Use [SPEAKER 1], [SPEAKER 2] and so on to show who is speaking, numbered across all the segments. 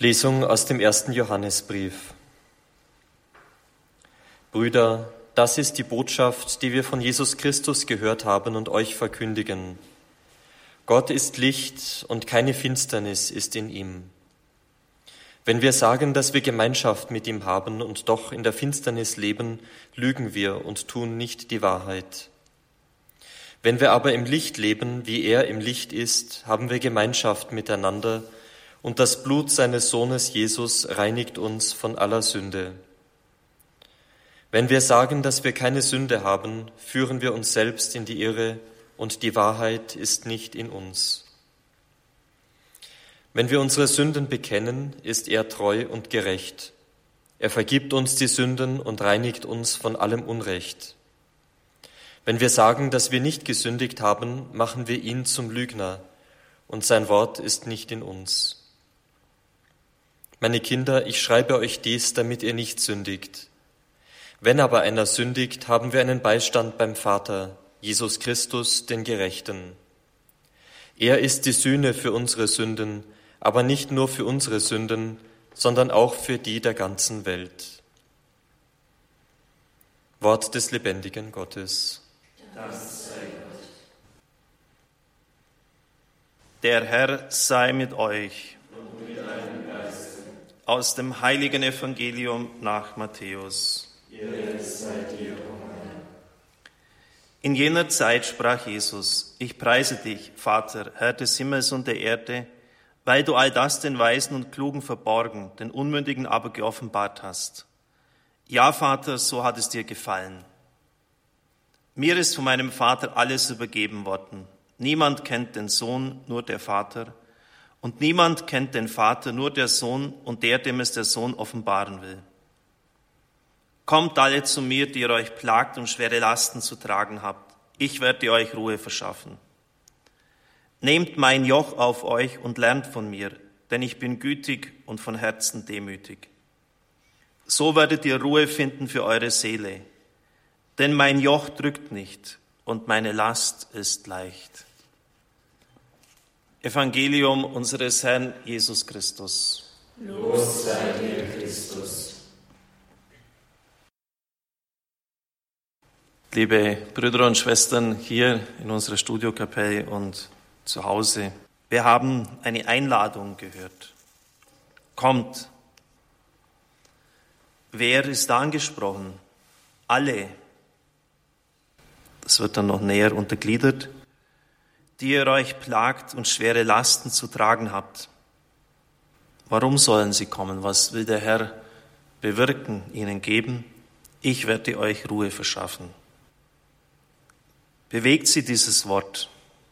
[SPEAKER 1] Lesung aus dem 1. Johannesbrief. Brüder, das ist die Botschaft, die wir von Jesus Christus gehört haben und euch verkündigen. Gott ist Licht und keine Finsternis ist in ihm. Wenn wir sagen, dass wir Gemeinschaft mit ihm haben und doch in der Finsternis leben, lügen wir und tun nicht die Wahrheit. Wenn wir aber im Licht leben, wie er im Licht ist, haben wir Gemeinschaft miteinander, und das Blut seines Sohnes Jesus reinigt uns von aller Sünde. Wenn wir sagen, dass wir keine Sünde haben, führen wir uns selbst in die Irre, und die Wahrheit ist nicht in uns. Wenn wir unsere Sünden bekennen, ist er treu und gerecht. Er vergibt uns die Sünden und reinigt uns von allem Unrecht. Wenn wir sagen, dass wir nicht gesündigt haben, machen wir ihn zum Lügner, und sein Wort ist nicht in uns. Meine Kinder, ich schreibe euch dies, damit ihr nicht sündigt. Wenn aber einer sündigt, haben wir einen Beistand beim Vater, Jesus Christus, den Gerechten. Er ist die Sühne für unsere Sünden, aber nicht nur für unsere Sünden, sondern auch für die der ganzen Welt. Wort des lebendigen Gottes.
[SPEAKER 2] Dank sei Gott. Der Herr sei mit euch. Und mit deinem Geiste. Aus dem heiligen Evangelium nach Matthäus. Ehre sei dir, o Herr. In jener Zeit sprach Jesus: Ich preise dich, Vater, Herr des Himmels und der Erde, weil du all das den Weisen und Klugen verborgen, den Unmündigen aber geoffenbart hast. Ja, Vater, so hat es dir gefallen. Mir ist von meinem Vater alles übergeben worden. Niemand kennt den Sohn, nur der Vater. Und niemand kennt den Vater, nur der Sohn und der, dem es der Sohn offenbaren will. Kommt alle zu mir, die ihr euch plagt und schwere Lasten zu tragen habt. Ich werde euch Ruhe verschaffen. Nehmt mein Joch auf euch und lernt von mir, denn ich bin gütig und von Herzen demütig. So werdet ihr Ruhe finden für eure Seele. Denn mein Joch drückt nicht und meine Last ist leicht. Evangelium unseres Herrn Jesus Christus.
[SPEAKER 3] Los sei dir, Christus.
[SPEAKER 2] Liebe Brüder und Schwestern hier in unserer Studiokapelle und zu Hause, wir haben eine Einladung gehört. Kommt. Wer ist da angesprochen? Alle. Das wird dann noch näher untergliedert. Die ihr euch plagt und schwere Lasten zu tragen habt. Warum sollen sie kommen? Was will der Herr bewirken, ihnen geben? Ich werde euch Ruhe verschaffen. Bewegt sie dieses Wort?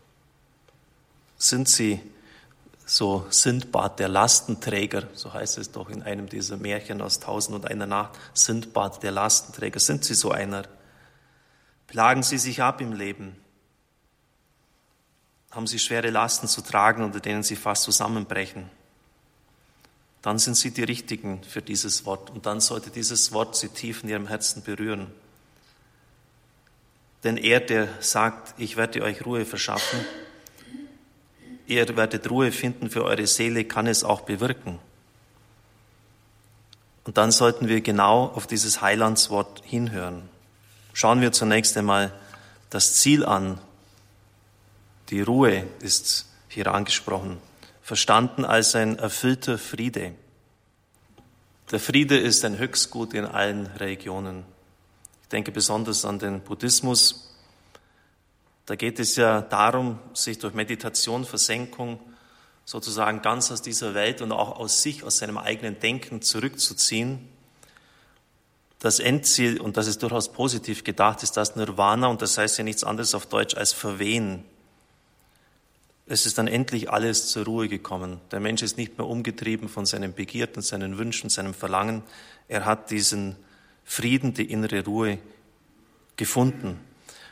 [SPEAKER 2] Sind sie so Sindbad der Lastenträger, so heißt es doch in einem dieser Märchen aus 1001 Nacht, Sindbad der Lastenträger, sind sie so einer? Plagen sie sich ab im Leben? Haben sie schwere Lasten zu tragen, unter denen sie fast zusammenbrechen? Dann sind sie die Richtigen für dieses Wort. Und dann sollte dieses Wort sie tief in ihrem Herzen berühren. Denn er, der sagt, ich werde euch Ruhe verschaffen, ihr werdet Ruhe finden für eure Seele, kann es auch bewirken. Und dann sollten wir genau auf dieses Heilandswort hinhören. Schauen wir zunächst einmal das Ziel an. Die Ruhe ist hier angesprochen, verstanden als ein erfüllter Friede. Der Friede ist ein Höchstgut in allen Religionen. Ich denke besonders an den Buddhismus. Da geht es ja darum, sich durch Meditation, Versenkung sozusagen ganz aus dieser Welt und auch aus sich, aus seinem eigenen Denken zurückzuziehen. Das Endziel, und das ist durchaus positiv gedacht, ist das Nirvana, und das heißt ja nichts anderes auf Deutsch als Verwehen. Es ist dann endlich alles zur Ruhe gekommen. Der Mensch ist nicht mehr umgetrieben von seinen Begierden, seinen Wünschen, seinem Verlangen. Er hat diesen Frieden, die innere Ruhe gefunden.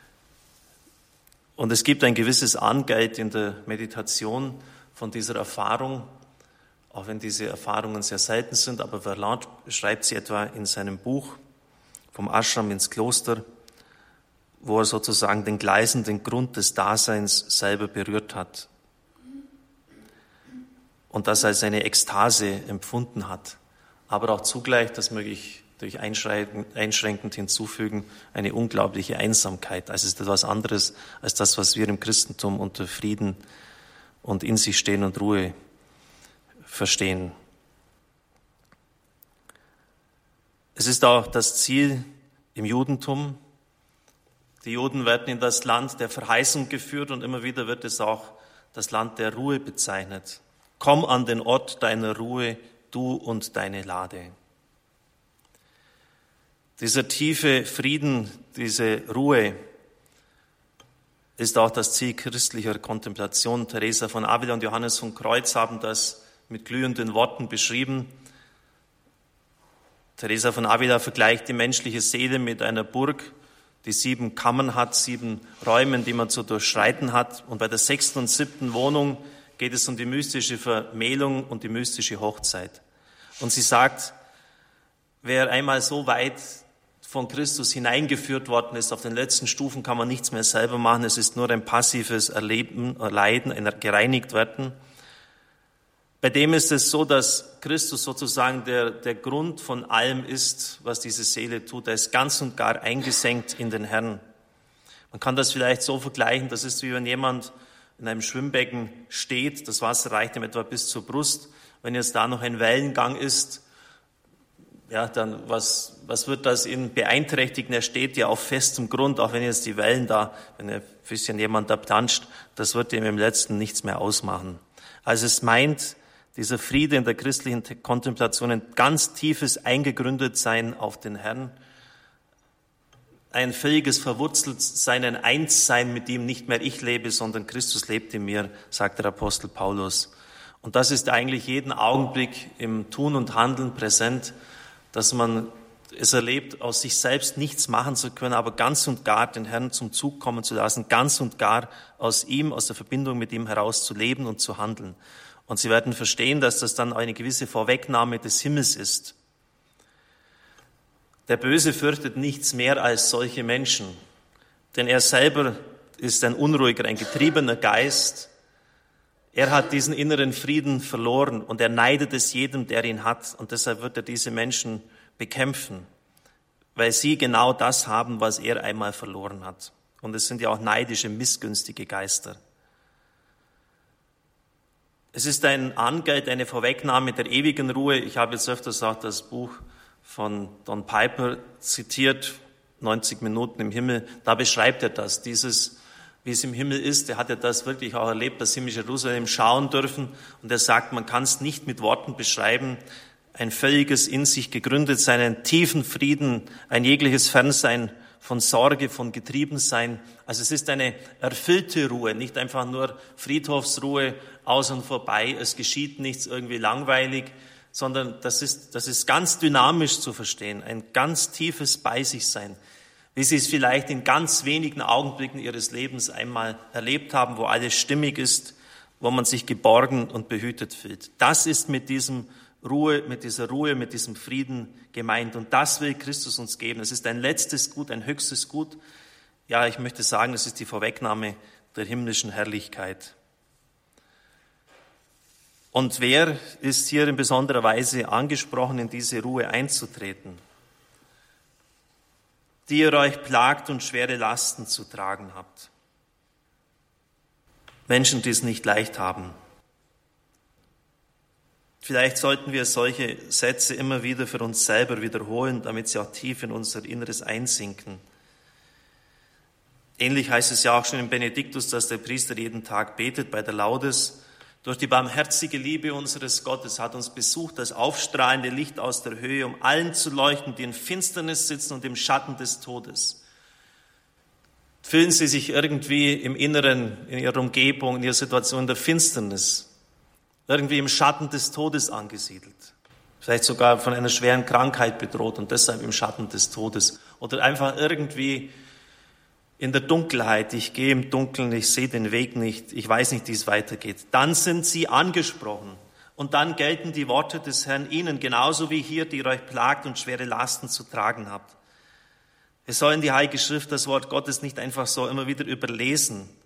[SPEAKER 2] Und es gibt ein gewisses Angeld in der Meditation von dieser Erfahrung, auch wenn diese Erfahrungen sehr selten sind, aber Verlaine beschreibt sie etwa in seinem Buch Vom Ashram ins Kloster, wo er sozusagen den gleißenden Grund des Daseins selber berührt hat. und das als eine Ekstase empfunden hat. Aber auch zugleich, das möchte ich durch einschränkend hinzufügen, eine unglaubliche Einsamkeit. Also es ist etwas anderes als das, was wir im Christentum unter Frieden und in sich stehen und Ruhe verstehen. Es ist auch das Ziel im Judentum. Die Juden werden in das Land der Verheißung geführt und immer wieder wird es auch das Land der Ruhe bezeichnet. Komm an den Ort deiner Ruhe, du und deine Lade. Dieser tiefe Frieden, diese Ruhe ist auch das Ziel christlicher Kontemplation. Teresa von Avila und Johannes von Kreuz haben das mit glühenden Worten beschrieben. Teresa von Avila vergleicht die menschliche Seele mit einer Burg, die 7 Kammern hat, 7 Räume, die man zu durchschreiten hat. Und bei der 6. und 7. Wohnung geht es um die mystische Vermählung und die mystische Hochzeit. Und sie sagt, wer einmal so weit von Christus hineingeführt worden ist, auf den letzten Stufen kann man nichts mehr selber machen, es ist nur ein passives Erleben, Erleiden, ein gereinigt werden. Bei dem ist es so, dass Christus sozusagen der Grund von allem ist, was diese Seele tut. Er ist ganz und gar eingesenkt in den Herrn. Man kann das vielleicht so vergleichen, das ist wie wenn jemand in einem Schwimmbecken steht, das Wasser reicht ihm etwa bis zur Brust. Wenn jetzt da noch ein Wellengang ist, ja, dann was wird das ihn beeinträchtigen? Er steht ja auf festem Grund, auch wenn jetzt die Wellen da, wenn ein bisschen jemand da planscht, das wird ihm im Letzten nichts mehr ausmachen. Also es meint, dieser Friede in der christlichen Kontemplation, ein ganz tiefes Eingegründetsein auf den Herrn, ein völliges Verwurzeltsein, ein Einssein mit ihm, nicht mehr ich lebe, sondern Christus lebt in mir, sagt der Apostel Paulus. Und das ist eigentlich jeden Augenblick im Tun und Handeln präsent, dass man es erlebt, aus sich selbst nichts machen zu können, aber ganz und gar den Herrn zum Zug kommen zu lassen, ganz und gar aus ihm, aus der Verbindung mit ihm heraus zu leben und zu handeln. Und Sie werden verstehen, dass das dann eine gewisse Vorwegnahme des Himmels ist. Der Böse fürchtet nichts mehr als solche Menschen, denn er selber ist ein unruhiger, ein getriebener Geist. Er hat diesen inneren Frieden verloren und er neidet es jedem, der ihn hat. Und deshalb wird er diese Menschen bekämpfen, weil sie genau das haben, was er einmal verloren hat. Und es sind ja auch neidische, missgünstige Geister. Es ist ein Angeld, eine Vorwegnahme der ewigen Ruhe. Ich habe jetzt öfters auch das Buch von Don Piper zitiert, 90 Minuten im Himmel. Da beschreibt er das, dieses, wie es im Himmel ist. Er hat ja das wirklich auch erlebt, das himmlische Jerusalem schauen dürfen. Und er sagt, man kann es nicht mit Worten beschreiben. Ein völliges in sich gegründet sein, einen tiefen Frieden, ein jegliches Fernsein von Sorge, von Getriebensein. Also es ist eine erfüllte Ruhe, nicht einfach nur Friedhofsruhe, aus und vorbei, es geschieht nichts irgendwie langweilig, sondern das ist ganz dynamisch zu verstehen, ein ganz tiefes Bei sich sein, wie Sie es vielleicht in ganz wenigen Augenblicken Ihres Lebens einmal erlebt haben, wo alles stimmig ist, wo man sich geborgen und behütet fühlt. Das ist mit dieser Ruhe, mit diesem Frieden gemeint. Und das will Christus uns geben. Es ist ein letztes Gut, ein höchstes Gut. Ja, ich möchte sagen, es ist die Vorwegnahme der himmlischen Herrlichkeit. Und wer ist hier in besonderer Weise angesprochen, in diese Ruhe einzutreten? Die ihr euch plagt und schwere Lasten zu tragen habt. Menschen, die es nicht leicht haben. Vielleicht sollten wir solche Sätze immer wieder für uns selber wiederholen, damit sie auch tief in unser Inneres einsinken. Ähnlich heißt es ja auch schon im Benediktus, dass der Priester jeden Tag betet bei der Laudes. Durch die barmherzige Liebe unseres Gottes hat uns besucht das aufstrahlende Licht aus der Höhe, um allen zu leuchten, die in Finsternis sitzen und im Schatten des Todes. Fühlen Sie sich irgendwie im Inneren, in Ihrer Umgebung, in Ihrer Situation der Finsternis, irgendwie im Schatten des Todes angesiedelt? Vielleicht sogar von einer schweren Krankheit bedroht und deshalb im Schatten des Todes. Oder einfach irgendwie in der Dunkelheit, ich gehe im Dunkeln, ich sehe den Weg nicht, ich weiß nicht, wie es weitergeht. Dann sind Sie angesprochen und dann gelten die Worte des Herrn Ihnen, genauso wie hier, die ihr euch plagt und schwere Lasten zu tragen habt. Wir sollen die Heilige Schrift, das Wort Gottes, nicht einfach so immer wieder überlesen,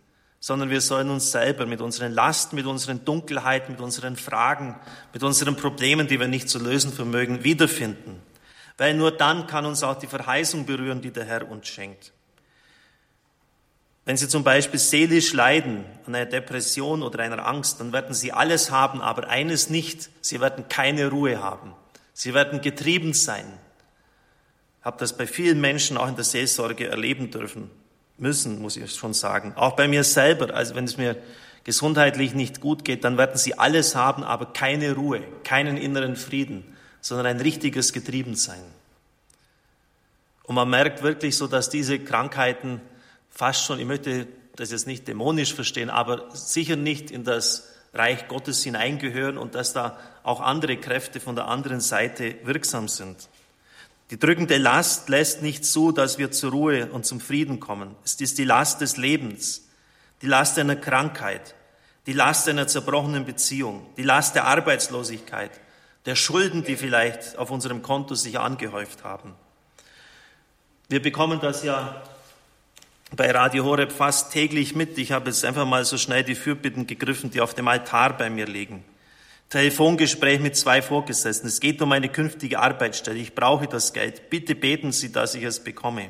[SPEAKER 2] sondern wir sollen uns selber mit unseren Lasten, mit unseren Dunkelheiten, mit unseren Fragen, mit unseren Problemen, die wir nicht zu lösen vermögen, wiederfinden. Weil nur dann kann uns auch die Verheißung berühren, die der Herr uns schenkt. Wenn Sie zum Beispiel seelisch leiden an einer Depression oder einer Angst, dann werden Sie alles haben, aber eines nicht, Sie werden keine Ruhe haben. Sie werden getrieben sein. Ich habe das bei vielen Menschen auch in der Seelsorge erleben müssen, muss ich schon sagen. Auch bei mir selber, also wenn es mir gesundheitlich nicht gut geht, dann werden Sie alles haben, aber keine Ruhe, keinen inneren Frieden, sondern ein richtiges Getriebensein. Und man merkt wirklich so, dass diese Krankheiten fast schon, ich möchte das jetzt nicht dämonisch verstehen, aber sicher nicht in das Reich Gottes hineingehören und dass da auch andere Kräfte von der anderen Seite wirksam sind. Die drückende Last lässt nicht zu, dass wir zur Ruhe und zum Frieden kommen. Es ist die Last des Lebens, die Last einer Krankheit, die Last einer zerbrochenen Beziehung, die Last der Arbeitslosigkeit, der Schulden, die vielleicht auf unserem Konto sich angehäuft haben. Wir bekommen das ja bei Radio Horeb fast täglich mit. Ich habe jetzt einfach mal so schnell die Fürbitten gegriffen, die auf dem Altar bei mir liegen. Telefongespräch mit 2 Vorgesetzten. Es geht um eine künftige Arbeitsstelle. Ich brauche das Geld. Bitte beten Sie, dass ich es bekomme.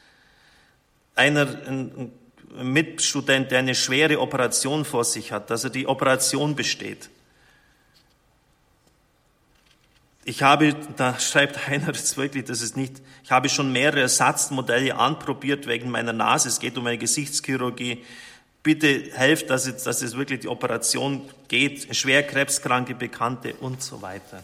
[SPEAKER 2] Ein Mitstudent, der eine schwere Operation vor sich hat, dass er die Operation besteht. Da schreibt einer jetzt wirklich, ich habe schon mehrere Ersatzmodelle anprobiert wegen meiner Nase. Es geht um eine Gesichtschirurgie. Bitte helft, dass es wirklich die Operation geht. Schwer krebskranke Bekannte und so weiter.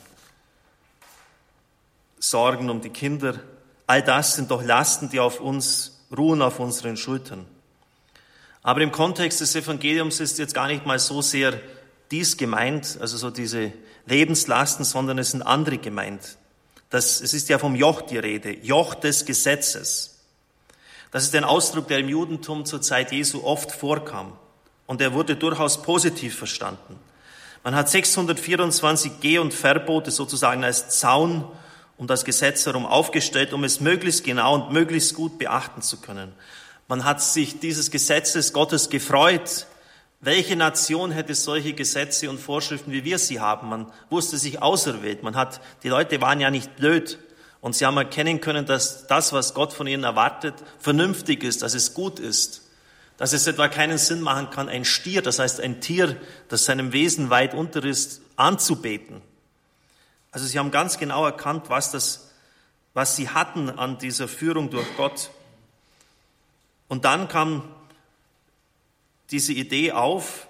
[SPEAKER 2] Sorgen um die Kinder. All das sind doch Lasten, die auf uns ruhen, auf unseren Schultern. Aber im Kontext des Evangeliums ist jetzt gar nicht mal so sehr dies gemeint, also so diese Lebenslasten, sondern es sind andere gemeint. Es ist ja vom Joch die Rede, Joch des Gesetzes. Das ist ein Ausdruck, der im Judentum zur Zeit Jesu oft vorkam. Und er wurde durchaus positiv verstanden. Man hat 624 Geh- und Verbote sozusagen als Zaun um das Gesetz herum aufgestellt, um es möglichst genau und möglichst gut beachten zu können. Man hat sich dieses Gesetzes Gottes gefreut. Welche Nation hätte solche Gesetze und Vorschriften, wie wir sie haben? Man wusste sich auserwählt. Die Leute waren ja nicht blöd. Und sie haben erkennen können, dass das, was Gott von ihnen erwartet, vernünftig ist, dass es gut ist. Dass es etwa keinen Sinn machen kann, ein Stier, das heißt ein Tier, das seinem Wesen weit unter ist, anzubeten. Also sie haben ganz genau erkannt, was sie hatten an dieser Führung durch Gott. Und dann kam diese Idee auf,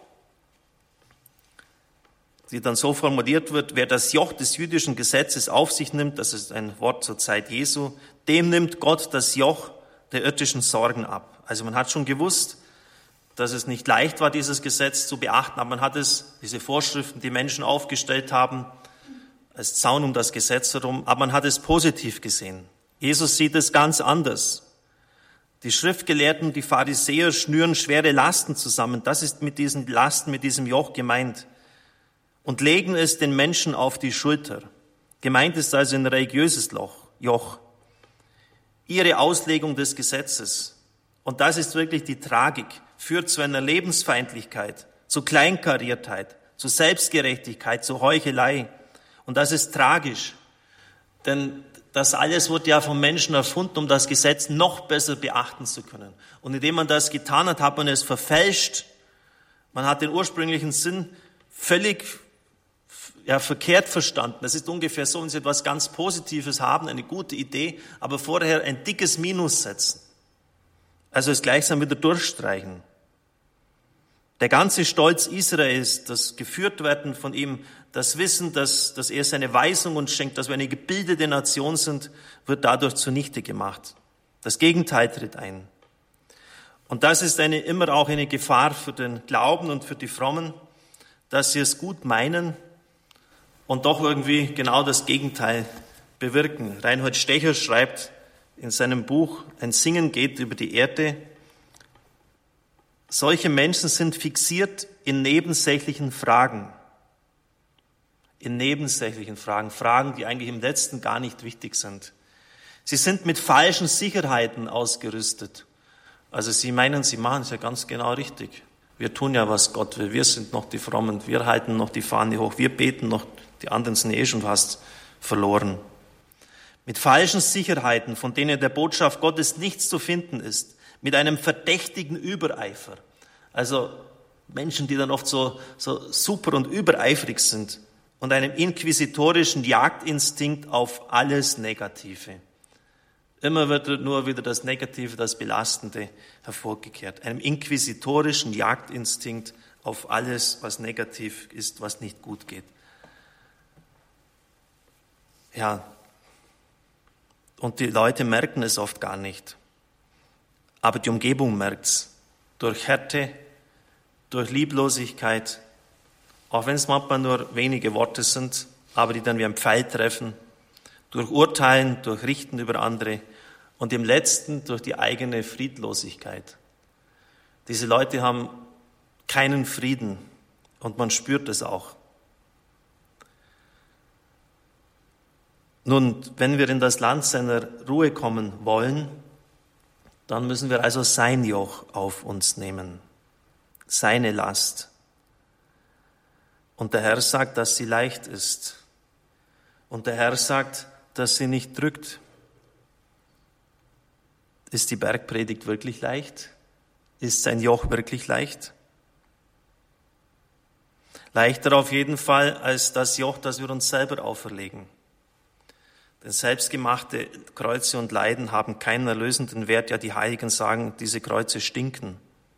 [SPEAKER 2] die dann so formuliert wird: Wer das Joch des jüdischen Gesetzes auf sich nimmt, das ist ein Wort zur Zeit Jesu, dem nimmt Gott das Joch der irdischen Sorgen ab. Also man hat schon gewusst, dass es nicht leicht war, dieses Gesetz zu beachten, aber man hat diese Vorschriften, die Menschen aufgestellt haben, als Zaun um das Gesetz herum, aber man hat es positiv gesehen. Jesus sieht es ganz anders. Die Schriftgelehrten, die Pharisäer schnüren schwere Lasten zusammen. Das ist mit diesen Lasten, mit diesem Joch gemeint. Und legen es den Menschen auf die Schulter. Gemeint ist also ein religiöses Joch. Ihre Auslegung des Gesetzes. Und das ist wirklich die Tragik. Führt zu einer Lebensfeindlichkeit, zu Kleinkariertheit, zu Selbstgerechtigkeit, zu Heuchelei. Und das ist tragisch. Denn das alles wurde ja vom Menschen erfunden, um das Gesetz noch besser beachten zu können. Und indem man das getan hat, hat man es verfälscht. Man hat den ursprünglichen Sinn völlig verkehrt verstanden. Das ist ungefähr so, wenn Sie etwas ganz Positives haben, eine gute Idee, aber vorher ein dickes Minus setzen. Also es gleichsam wieder durchstreichen. Der ganze Stolz Israels, das Geführtwerden von ihm, das Wissen, dass er seine Weisung uns schenkt, dass wir eine gebildete Nation sind, wird dadurch zunichte gemacht. Das Gegenteil tritt ein. Und das ist immer auch eine Gefahr für den Glauben und für die Frommen, dass sie es gut meinen und doch irgendwie genau das Gegenteil bewirken. Reinhold Stecher schreibt in seinem Buch Ein Singen geht über die Erde: Solche Menschen sind fixiert in nebensächlichen Fragen. In nebensächlichen Fragen, Fragen, die eigentlich im Letzten gar nicht wichtig sind. Sie sind mit falschen Sicherheiten ausgerüstet. Also sie meinen, sie machen es ja ganz genau richtig. Wir tun ja, was Gott will. Wir sind noch die Frommen. Wir halten noch die Fahne hoch. Wir beten noch. Die anderen sind schon fast verloren. Mit falschen Sicherheiten, von denen der Botschaft Gottes nichts zu finden ist. Mit einem verdächtigen Übereifer. Also Menschen, die dann oft so super und übereifrig sind. Und einem inquisitorischen Jagdinstinkt auf alles Negative. Immer wird nur wieder das Negative, das Belastende hervorgekehrt. Einem inquisitorischen Jagdinstinkt auf alles, was negativ ist, was nicht gut geht. Ja, und die Leute merken es oft gar nicht. Aber die Umgebung merkt's. Durch Härte, durch Lieblosigkeit, auch wenn es manchmal nur wenige Worte sind, aber die dann wie ein Pfeil treffen, durch Urteilen, durch Richten über andere und im Letzten durch die eigene Friedlosigkeit. Diese Leute haben keinen Frieden und man spürt es auch. Nun, wenn wir in das Land seiner Ruhe kommen wollen, dann müssen wir also sein Joch auf uns nehmen, seine Last. Und der Herr sagt, dass sie leicht ist. Und der Herr sagt, dass sie nicht drückt. Ist die Bergpredigt wirklich leicht? Ist sein Joch wirklich leicht? Leichter auf jeden Fall als das Joch, das wir uns selber auferlegen. Denn selbstgemachte Kreuze und Leiden haben keinen erlösenden Wert. Ja, die Heiligen sagen, diese Kreuze stinken.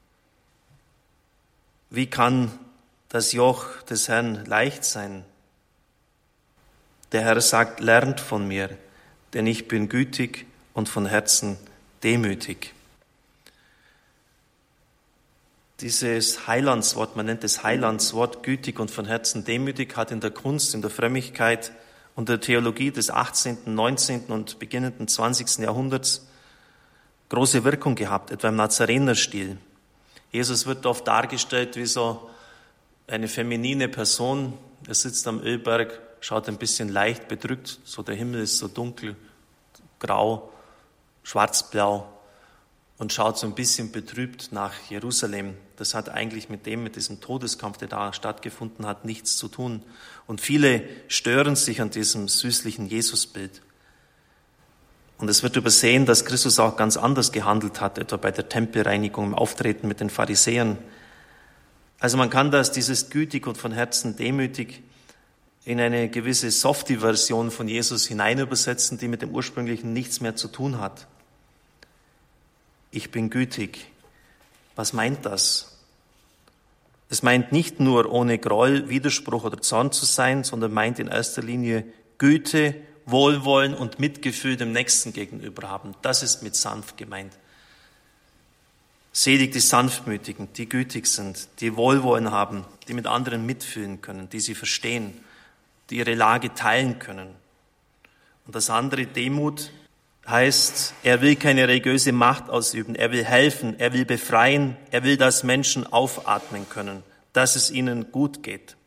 [SPEAKER 2] Wie kann das Joch des Herrn leicht sein? Der Herr sagt, lernt von mir, denn ich bin gütig und von Herzen demütig. Dieses Heilandswort, man nennt es Heilandswort, gütig und von Herzen demütig, hat in der Kunst, in der Frömmigkeit und der Theologie des 18., 19. und beginnenden 20. Jahrhunderts große Wirkung gehabt, etwa im Nazarenerstil. Jesus wird oft dargestellt wie so eine feminine Person. Er sitzt am Ölberg, schaut ein bisschen leicht bedrückt, so der Himmel ist so dunkel, grau, schwarzblau und schaut so ein bisschen betrübt nach Jerusalem. Das hat eigentlich mit diesem Todeskampf, der da stattgefunden hat, nichts zu tun. Und viele stören sich an diesem süßlichen Jesusbild. Und es wird übersehen, dass Christus auch ganz anders gehandelt hat, etwa bei der Tempelreinigung, im Auftreten mit den Pharisäern. Also man kann dieses gütig und von Herzen demütig in eine gewisse Softie-Version von Jesus hineinübersetzen, die mit dem ursprünglichen nichts mehr zu tun hat. Ich bin gütig. Was meint das? Es meint nicht nur ohne Groll, Widerspruch oder Zorn zu sein, sondern meint in erster Linie Güte, Wohlwollen und Mitgefühl dem Nächsten gegenüber haben. Das ist mit sanft gemeint. Selig die Sanftmütigen, die gütig sind, die Wohlwollen haben, die mit anderen mitfühlen können, die sie verstehen, die ihre Lage teilen können. Und das andere, Demut, heißt, er will keine religiöse Macht ausüben, er will helfen, er will befreien, er will, dass Menschen aufatmen können, dass es ihnen gut geht.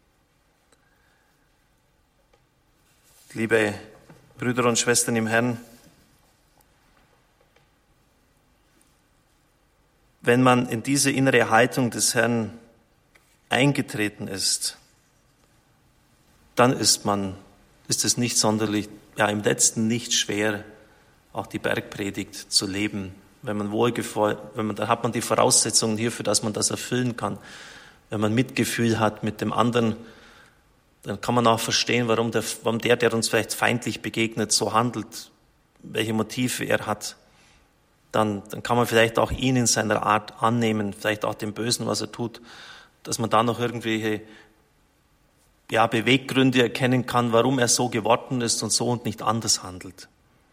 [SPEAKER 2] Liebe Brüder und Schwestern im Herrn, wenn man in diese innere Haltung des Herrn eingetreten ist, dann ist es nicht sonderlich, im Letzten nicht schwer, auch die Bergpredigt zu leben. Dann hat man die Voraussetzungen hierfür, dass man das erfüllen kann. Wenn man Mitgefühl hat mit dem anderen, dann kann man auch verstehen, warum der uns vielleicht feindlich begegnet, so handelt, welche Motive er hat. Dann kann man vielleicht auch ihn in seiner Art annehmen, vielleicht auch dem Bösen, was er tut, dass man da noch irgendwelche Beweggründe erkennen kann, warum er so geworden ist und so und nicht anders handelt.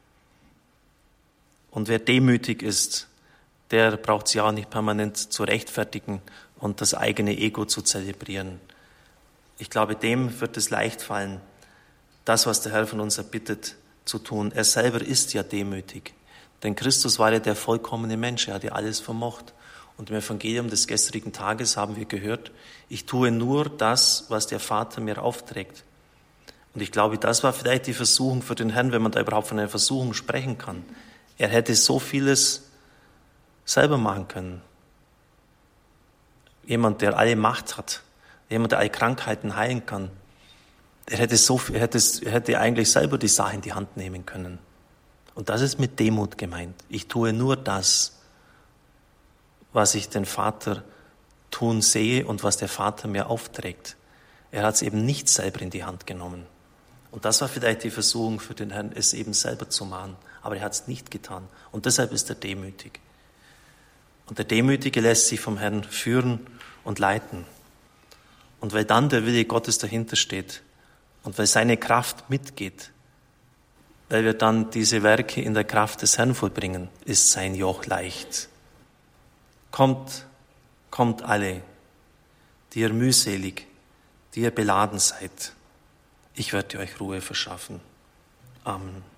[SPEAKER 2] Und wer demütig ist, der braucht sich auch nicht permanent zu rechtfertigen und das eigene Ego zu zelebrieren. Ich glaube, dem wird es leicht fallen, das, was der Herr von uns erbittet, zu tun. Er selber ist ja demütig. Denn Christus war ja der vollkommene Mensch, er hat ja alles vermocht. Und im Evangelium des gestrigen Tages haben wir gehört, ich tue nur das, was der Vater mir aufträgt. Und ich glaube, das war vielleicht die Versuchung für den Herrn, wenn man da überhaupt von einer Versuchung sprechen kann. Er hätte so vieles selber machen können. jemand, der alle Macht hat, jemand, der alle Krankheiten heilen kann, er hätte eigentlich selber die Sache in die Hand nehmen können. Und das ist mit Demut gemeint. Ich tue nur das, was ich den Vater tun sehe und was der Vater mir aufträgt. Er hat es eben nicht selber in die Hand genommen. Und das war vielleicht die Versuchung für den Herrn, es eben selber zu machen. Aber er hat es nicht getan. Und deshalb ist er demütig. Und der Demütige lässt sich vom Herrn führen und leiten. Und weil dann der Wille Gottes dahinter steht und weil seine Kraft mitgeht, weil wir dann diese Werke in der Kraft des Herrn vollbringen, ist sein Joch leicht. Kommt alle, die ihr mühselig, die ihr beladen seid. Ich werde euch Ruhe verschaffen. Amen.